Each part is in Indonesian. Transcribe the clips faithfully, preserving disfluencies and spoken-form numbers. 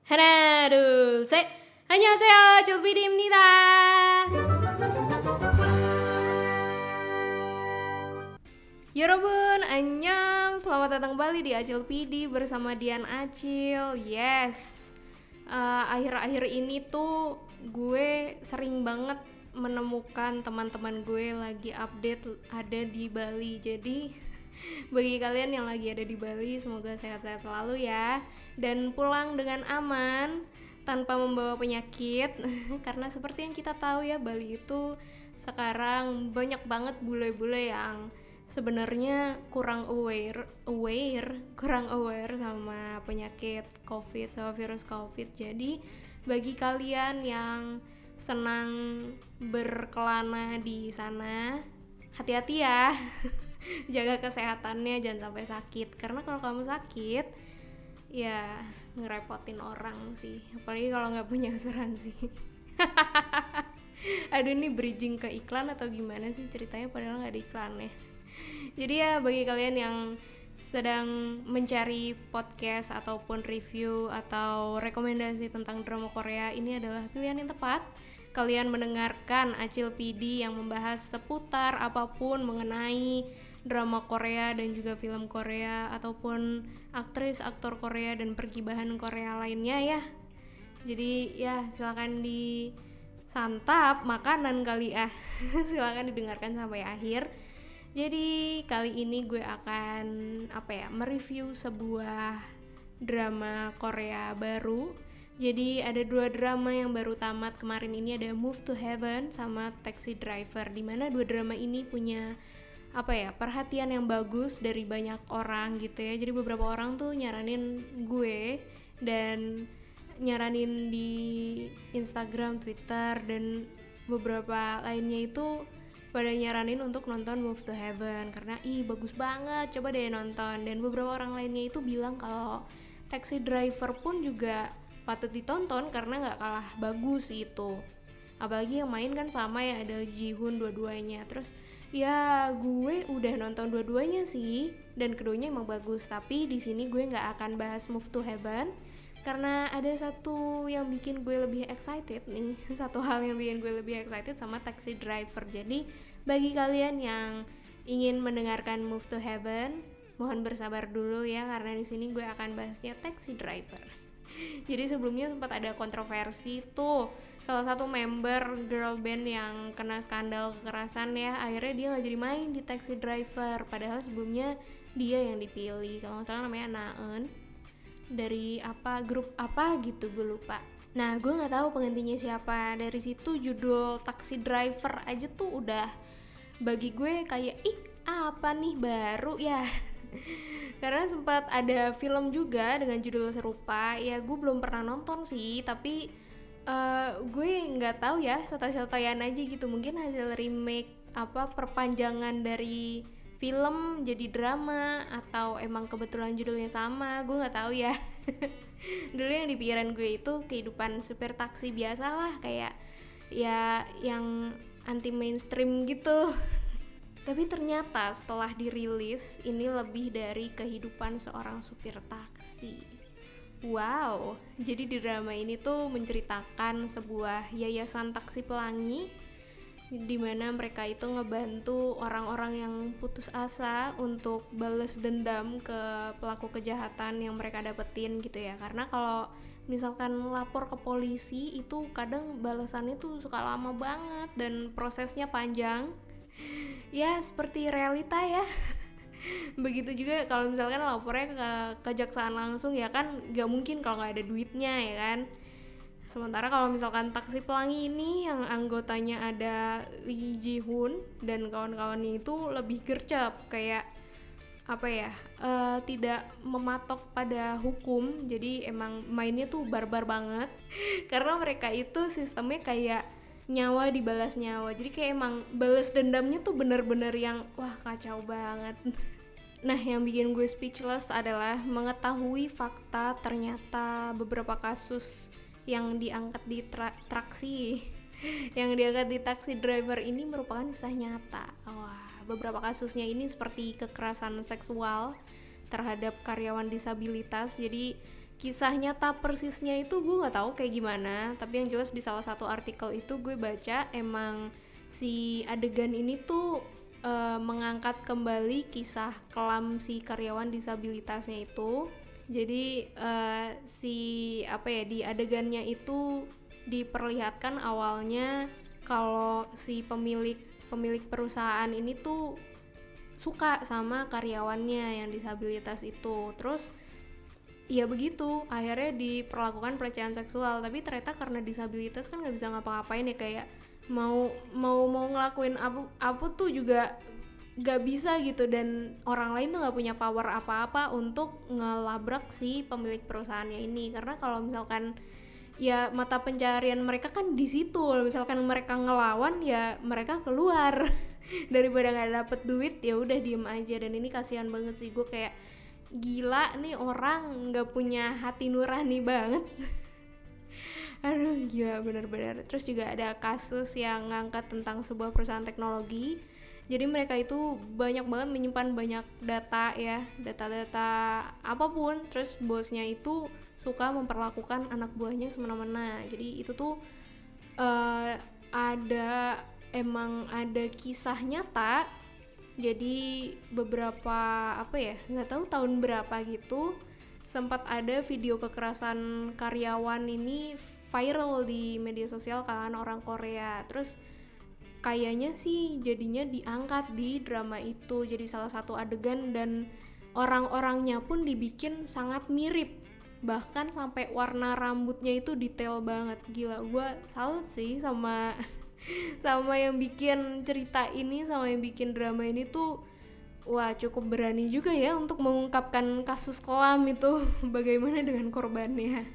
하나, 둘, 셋. 안녕하세요, 조비디입니다. Yorobun, annyeong. Selamat datang kembali di Acil P D bersama Dian Acil. Yes, uh, akhir-akhir ini tuh gue sering banget menemukan teman-teman gue lagi update ada di Bali. Jadi bagi kalian yang lagi ada di Bali, semoga sehat-sehat selalu ya, dan pulang dengan aman tanpa membawa penyakit. Karena seperti yang kita tahu ya, Bali itu sekarang banyak banget bule-bule yang sebenarnya kurang aware, aware, kurang aware sama penyakit COVID, sama virus COVID. Jadi bagi kalian yang senang berkelana di sana, hati-hati ya. Jaga kesehatannya, jangan sampai sakit. Karena kalau kamu sakit, ya ngerepotin orang sih. Apalagi kalau nggak punya asuransi. Aduh, ini bridging ke iklan atau gimana sih ceritanya? Padahal nggak ada iklannya. Jadi ya bagi kalian yang sedang mencari podcast ataupun review atau rekomendasi tentang drama Korea, ini adalah pilihan yang tepat. Kalian mendengarkan Acil P D yang membahas seputar apapun mengenai drama Korea dan juga film Korea ataupun aktris, aktor Korea dan pergibahan Korea lainnya ya. Jadi ya silakan disantap makanan kali ah. Silakan didengarkan sampai akhir. Jadi kali ini gue akan apa ya, mereview sebuah drama Korea baru. Jadi ada dua drama yang baru tamat kemarin ini, ada Move to Heaven sama Taxi Driver, dimana dua drama ini punya apa ya, perhatian yang bagus dari banyak orang gitu ya. Jadi beberapa orang tuh nyaranin gue dan nyaranin di Instagram, Twitter, dan beberapa lainnya itu pada nyaranin untuk nonton Move to Heaven karena ih bagus banget, coba deh nonton. Dan beberapa orang lainnya itu bilang kalau Taxi Driver pun juga patut ditonton karena nggak kalah bagus itu. Apalagi yang main kan sama ya, ada Ji-hoon dua-duanya. Terus ya gue udah nonton dua-duanya sih dan keduanya emang bagus. Tapi di sini gue nggak akan bahas Move to Heaven karena ada satu yang bikin gue lebih excited nih. Satu hal yang bikin gue lebih excited sama Taxi Driver. Jadi bagi kalian yang ingin mendengarkan Move to Heaven, mohon bersabar dulu ya karena di sini gue akan bahasnya Taxi Driver. Jadi sebelumnya sempat ada kontroversi tuh, salah satu member girl band yang kena skandal kekerasan ya, akhirnya dia nggak jadi main di Taxi Driver. Padahal sebelumnya dia yang dipilih, kalau nggak salah namanya Naeun, dari apa grup apa gitu gue lupa. Nah gue nggak tahu penggantinya siapa. Dari situ judul Taxi Driver aja tuh udah bagi gue kayak ih apa nih baru ya. Karena sempat ada film juga dengan judul serupa, ya gue belum pernah nonton sih, tapi uh, gue nggak tahu ya, sotoy-sotoyan aja gitu, mungkin hasil remake apa perpanjangan dari film jadi drama atau emang kebetulan judulnya sama, gue nggak tahu ya. Dulu yang di pikiran gue itu kehidupan supir taksi biasa lah, kayak ya yang anti mainstream gitu. Tapi ternyata setelah dirilis ini lebih dari kehidupan seorang supir taksi. Wow, jadi di drama ini tuh menceritakan sebuah yayasan taksi pelangi di mana mereka itu ngebantu orang-orang yang putus asa untuk balas dendam ke pelaku kejahatan yang mereka dapetin gitu ya. Karena kalau misalkan lapor ke polisi itu kadang balasannya tuh suka lama banget dan prosesnya panjang. Ya seperti realita ya. Begitu juga kalau misalkan lapornya ke kejaksaan langsung ya kan gak mungkin kalau gak ada duitnya ya kan. Sementara kalau misalkan Taksi Pelangi ini yang anggotanya ada Lee Ji-hoon dan kawan-kawannya itu lebih gercep, kayak apa ya, uh, tidak mematok pada hukum. Jadi emang mainnya tuh barbar banget. Karena mereka itu sistemnya kayak nyawa dibalas nyawa, jadi kayak emang balas dendamnya tuh bener-bener yang wah kacau banget. Nah yang bikin gue speechless adalah mengetahui fakta ternyata beberapa kasus yang diangkat di tra- traksi yang diangkat di Taxi Driver ini merupakan kisah nyata. Wah, beberapa kasusnya ini seperti kekerasan seksual terhadap karyawan disabilitas. Jadi kisah nyata persisnya itu gue nggak tahu kayak gimana, tapi yang jelas di salah satu artikel itu gue baca emang si adegan ini tuh uh, mengangkat kembali kisah kelam si karyawan disabilitasnya itu. Jadi uh, si apa ya di adegannya itu diperlihatkan awalnya kalau si pemilik pemilik perusahaan ini tuh suka sama karyawannya yang disabilitas itu. Terus ya begitu, akhirnya diperlakukan pelecehan seksual. Tapi ternyata karena disabilitas kan nggak bisa ngapa-ngapain ya, kayak mau mau mau ngelakuin apa apa tuh juga gak bisa gitu, dan orang lain tuh gak punya power apa-apa untuk ngelabrak si pemilik perusahaannya ini. Karena kalau misalkan ya mata pencarian mereka kan di situ, misalkan mereka ngelawan ya mereka keluar daripada nggak dapet duit ya udah diem aja. Dan ini kasihan banget sih, gue kayak gila nih orang nggak punya hati nurani banget. Aduh gila bener-bener. Terus juga ada kasus yang ngangkat tentang sebuah perusahaan teknologi. Jadi mereka itu banyak banget menyimpan banyak data ya, data-data apapun. Terus bosnya itu suka memperlakukan anak buahnya semena-mena. Jadi itu tuh uh, ada emang ada kisah nyata. Jadi beberapa apa ya, nggak tahu tahun berapa gitu, sempat ada video kekerasan karyawan ini viral di media sosial kalangan orang Korea. Terus kayaknya sih jadinya diangkat di drama itu jadi salah satu adegan, dan orang-orangnya pun dibikin sangat mirip, bahkan sampai warna rambutnya itu detail banget. Gila, gue salut sih sama sama yang bikin cerita ini, sama yang bikin drama ini tuh. Wah, cukup berani juga ya untuk mengungkapkan kasus kelam itu. Bagaimana dengan korbannya?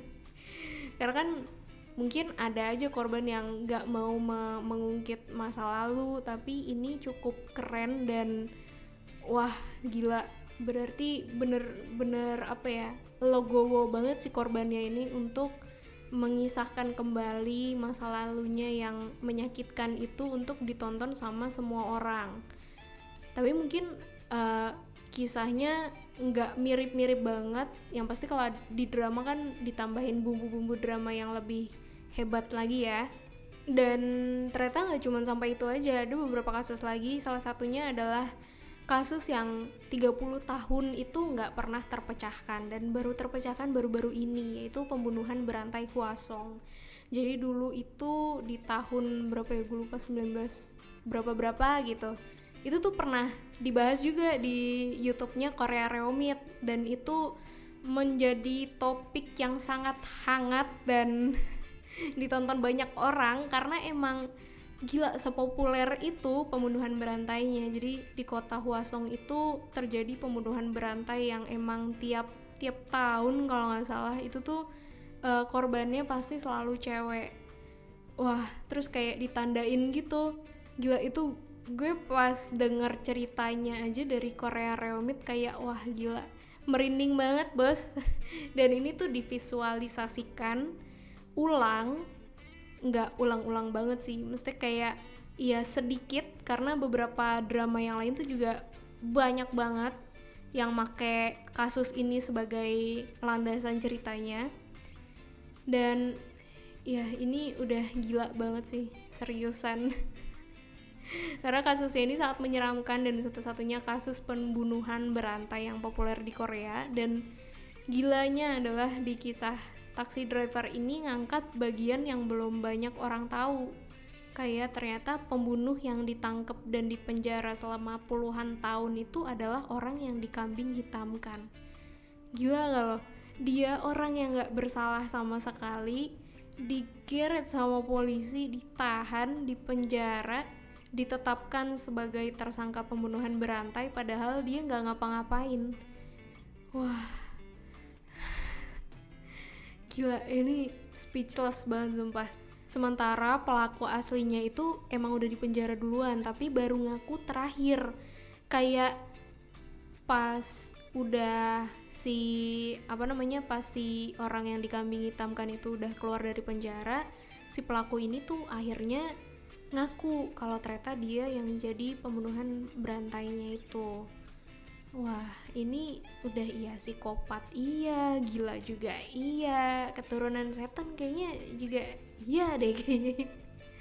Karena kan mungkin ada aja korban yang gak mau me- mengungkit masa lalu, tapi ini cukup keren dan wah gila, berarti bener-bener apa ya, legowo banget si korbannya ini untuk mengisahkan kembali masa lalunya yang menyakitkan itu untuk ditonton sama semua orang. Tapi mungkin uh, kisahnya nggak mirip-mirip banget, yang pasti kalau di drama kan ditambahin bumbu-bumbu drama yang lebih hebat lagi ya. Dan ternyata nggak cuma sampai itu aja, ada beberapa kasus lagi. Salah satunya adalah kasus yang tiga puluh tahun itu nggak pernah terpecahkan, dan baru terpecahkan baru-baru ini, yaitu pembunuhan berantai Hwasong. Jadi dulu itu di tahun berapa ya, gue lupa, sembilan belas berapa-berapa gitu, itu tuh pernah dibahas juga di YouTube-nya Korea Reomit, dan itu menjadi topik yang sangat hangat dan ditonton banyak orang karena emang gila sepopuler itu pembunuhan berantainya. Jadi di kota Hwasong itu terjadi pembunuhan berantai yang emang tiap tiap tahun kalau nggak salah itu tuh uh, korbannya pasti selalu cewek. Wah, terus kayak ditandain gitu. Gila, itu gue pas denger ceritanya aja dari Korea Reomit kayak wah gila, merinding banget bos. Dan ini tuh divisualisasikan ulang, nggak ulang-ulang banget sih, mesti kayak ya sedikit, karena beberapa drama yang lain tuh juga banyak banget yang make kasus ini sebagai landasan ceritanya. Dan ya ini udah gila banget sih, seriusan. Karena kasusnya ini sangat menyeramkan dan satu-satunya kasus pembunuhan berantai yang populer di Korea. Dan gilanya adalah di kisah taksi driver ini ngangkat bagian yang belum banyak orang tahu. Kayak ternyata pembunuh yang ditangkap dan dipenjara selama puluhan tahun itu adalah orang yang dikambing hitamkan. Gila gak loh? Dia orang yang gak bersalah sama sekali, digeret sama polisi, ditahan, dipenjara, ditetapkan sebagai tersangka pembunuhan berantai, padahal dia gak ngapa-ngapain. Wah, gila, ini speechless banget sumpah. Sementara pelaku aslinya itu emang udah dipenjara duluan, tapi baru ngaku terakhir. Kayak pas udah si apa namanya pas si orang yang dikambing hitamkan itu udah keluar dari penjara, si pelaku ini tuh akhirnya ngaku kalau ternyata dia yang jadi pembunuhan berantainya itu. wah ini udah iya psikopat iya, gila juga iya, keturunan setan kayaknya juga iya deh kayaknya.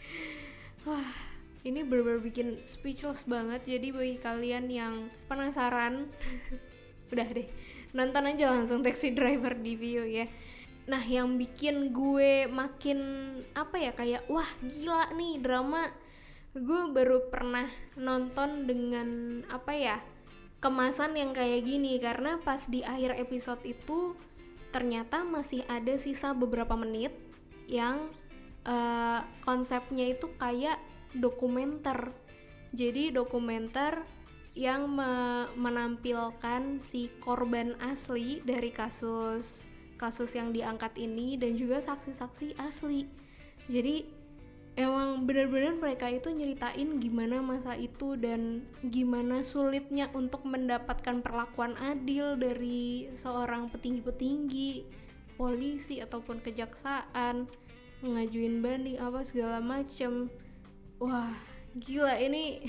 Wah ini bener-bener bikin speechless banget. Jadi bagi kalian yang penasaran udah deh nonton aja langsung Taxi Driver di Viu ya. Nah yang bikin gue makin apa ya, kayak wah gila nih drama, gue baru pernah nonton dengan apa ya, kemasan yang kayak gini, karena pas di akhir episode itu ternyata masih ada sisa beberapa menit yang uh, konsepnya itu kayak dokumenter. Jadi dokumenter yang me- menampilkan si korban asli dari kasus kasus yang diangkat ini dan juga saksi-saksi asli. Jadi emang benar-benar mereka itu nyeritain gimana masa itu dan gimana sulitnya untuk mendapatkan perlakuan adil dari seorang petinggi-petinggi, polisi ataupun kejaksaan, ngajuin banding apa segala macem. Wah gila ini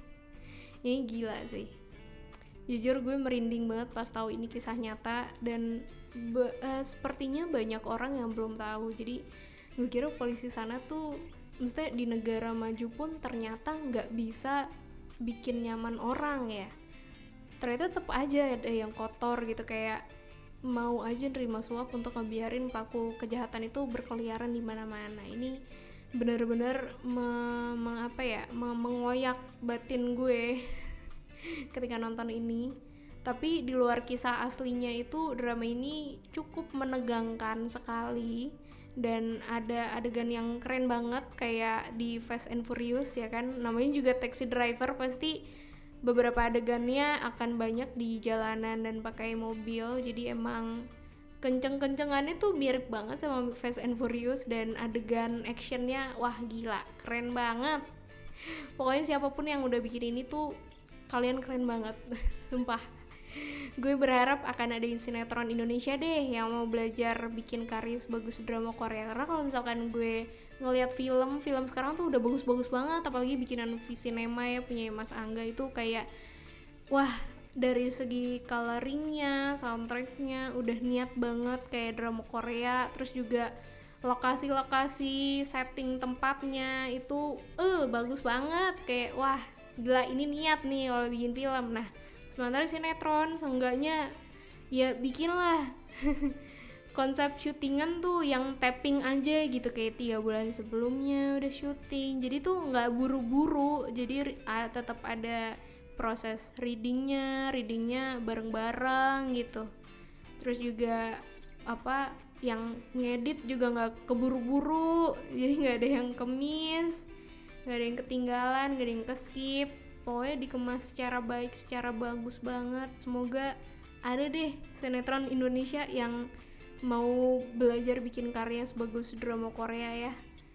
ini gila sih. Jujur gue merinding banget pas tahu ini kisah nyata dan be, uh, sepertinya banyak orang yang belum tahu. Jadi gue kira polisi sana tuh maksudnya di negara maju pun ternyata nggak bisa bikin nyaman orang ya. Ternyata tetap aja ada yang kotor gitu, kayak mau aja nerima suap untuk ngebiarin pelaku kejahatan itu berkeliaran di mana-mana. Ini benar-benar me- me- apa ya, me- mengoyak batin gue ketika nonton ini. Tapi di luar kisah aslinya itu, drama ini cukup menegangkan sekali. Dan ada adegan yang keren banget kayak di Fast and Furious ya kan, namanya juga Taxi Driver, pasti beberapa adegannya akan banyak di jalanan dan pakai mobil. Jadi emang kenceng-kencengannya tuh mirip banget sama Fast and Furious, dan adegan actionnya wah gila keren banget. Pokoknya siapapun yang udah bikin ini tuh kalian keren banget sumpah. Gue berharap akan ada sinetron Indonesia deh yang mau belajar bikin karya sebagus drama Korea, karena kalau misalkan gue ngelihat film film sekarang tuh udah bagus-bagus banget, apalagi bikinan V-Cinema ya punya Mas Angga, itu kayak wah dari segi coloringnya, soundtracknya udah niat banget kayak drama Korea. Terus juga lokasi-lokasi, setting tempatnya itu eh uh, bagus banget, kayak wah gila ini niat nih kalau bikin film. Nah sementara sinetron seenggaknya ya bikinlah konsep syutingan tuh yang tapping aja gitu, kayak tiga bulan sebelumnya udah syuting, jadi tuh nggak buru-buru, jadi uh, tetap ada proses readingnya readingnya bareng-bareng gitu. Terus juga apa yang ngedit juga nggak keburu-buru, jadi nggak ada yang kemis, nggak ada yang ketinggalan, nggak ada yang keskip. Pokoknya dikemas secara baik, secara bagus banget. Semoga ada deh sinetron Indonesia yang mau belajar bikin karya sebagus drama Korea ya.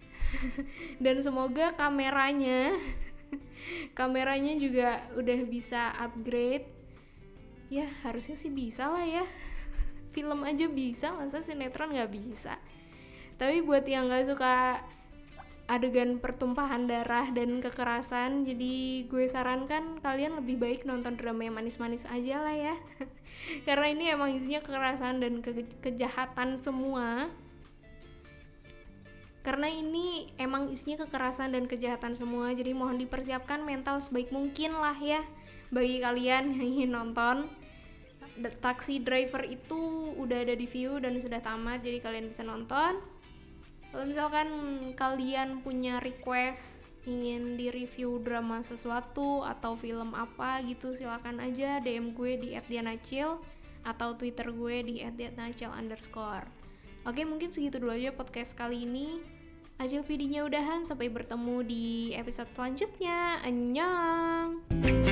Dan semoga kameranya kameranya juga udah bisa upgrade. Ya harusnya sih bisa lah ya. Film aja bisa, masa sinetron gak bisa. Tapi buat yang gak suka adegan pertumpahan darah dan kekerasan, jadi gue sarankan kalian lebih baik nonton drama yang manis-manis aja lah ya. Karena ini emang isinya kekerasan dan ke- kejahatan semua. Karena ini emang isinya kekerasan dan kejahatan semua, jadi mohon dipersiapkan mental sebaik mungkin lah ya bagi kalian yang ingin nonton. The Taxi Driver itu udah ada di Viu dan sudah tamat, jadi kalian bisa nonton. Kalau misalkan kalian punya request ingin di review drama sesuatu atau film apa gitu, silakan aja D M gue di et dianacil atau Twitter gue di et dianacil underscore. Oke, mungkin segitu dulu aja podcast kali ini. Acil P D-nya udahan, sampai bertemu di episode selanjutnya. Annyeong!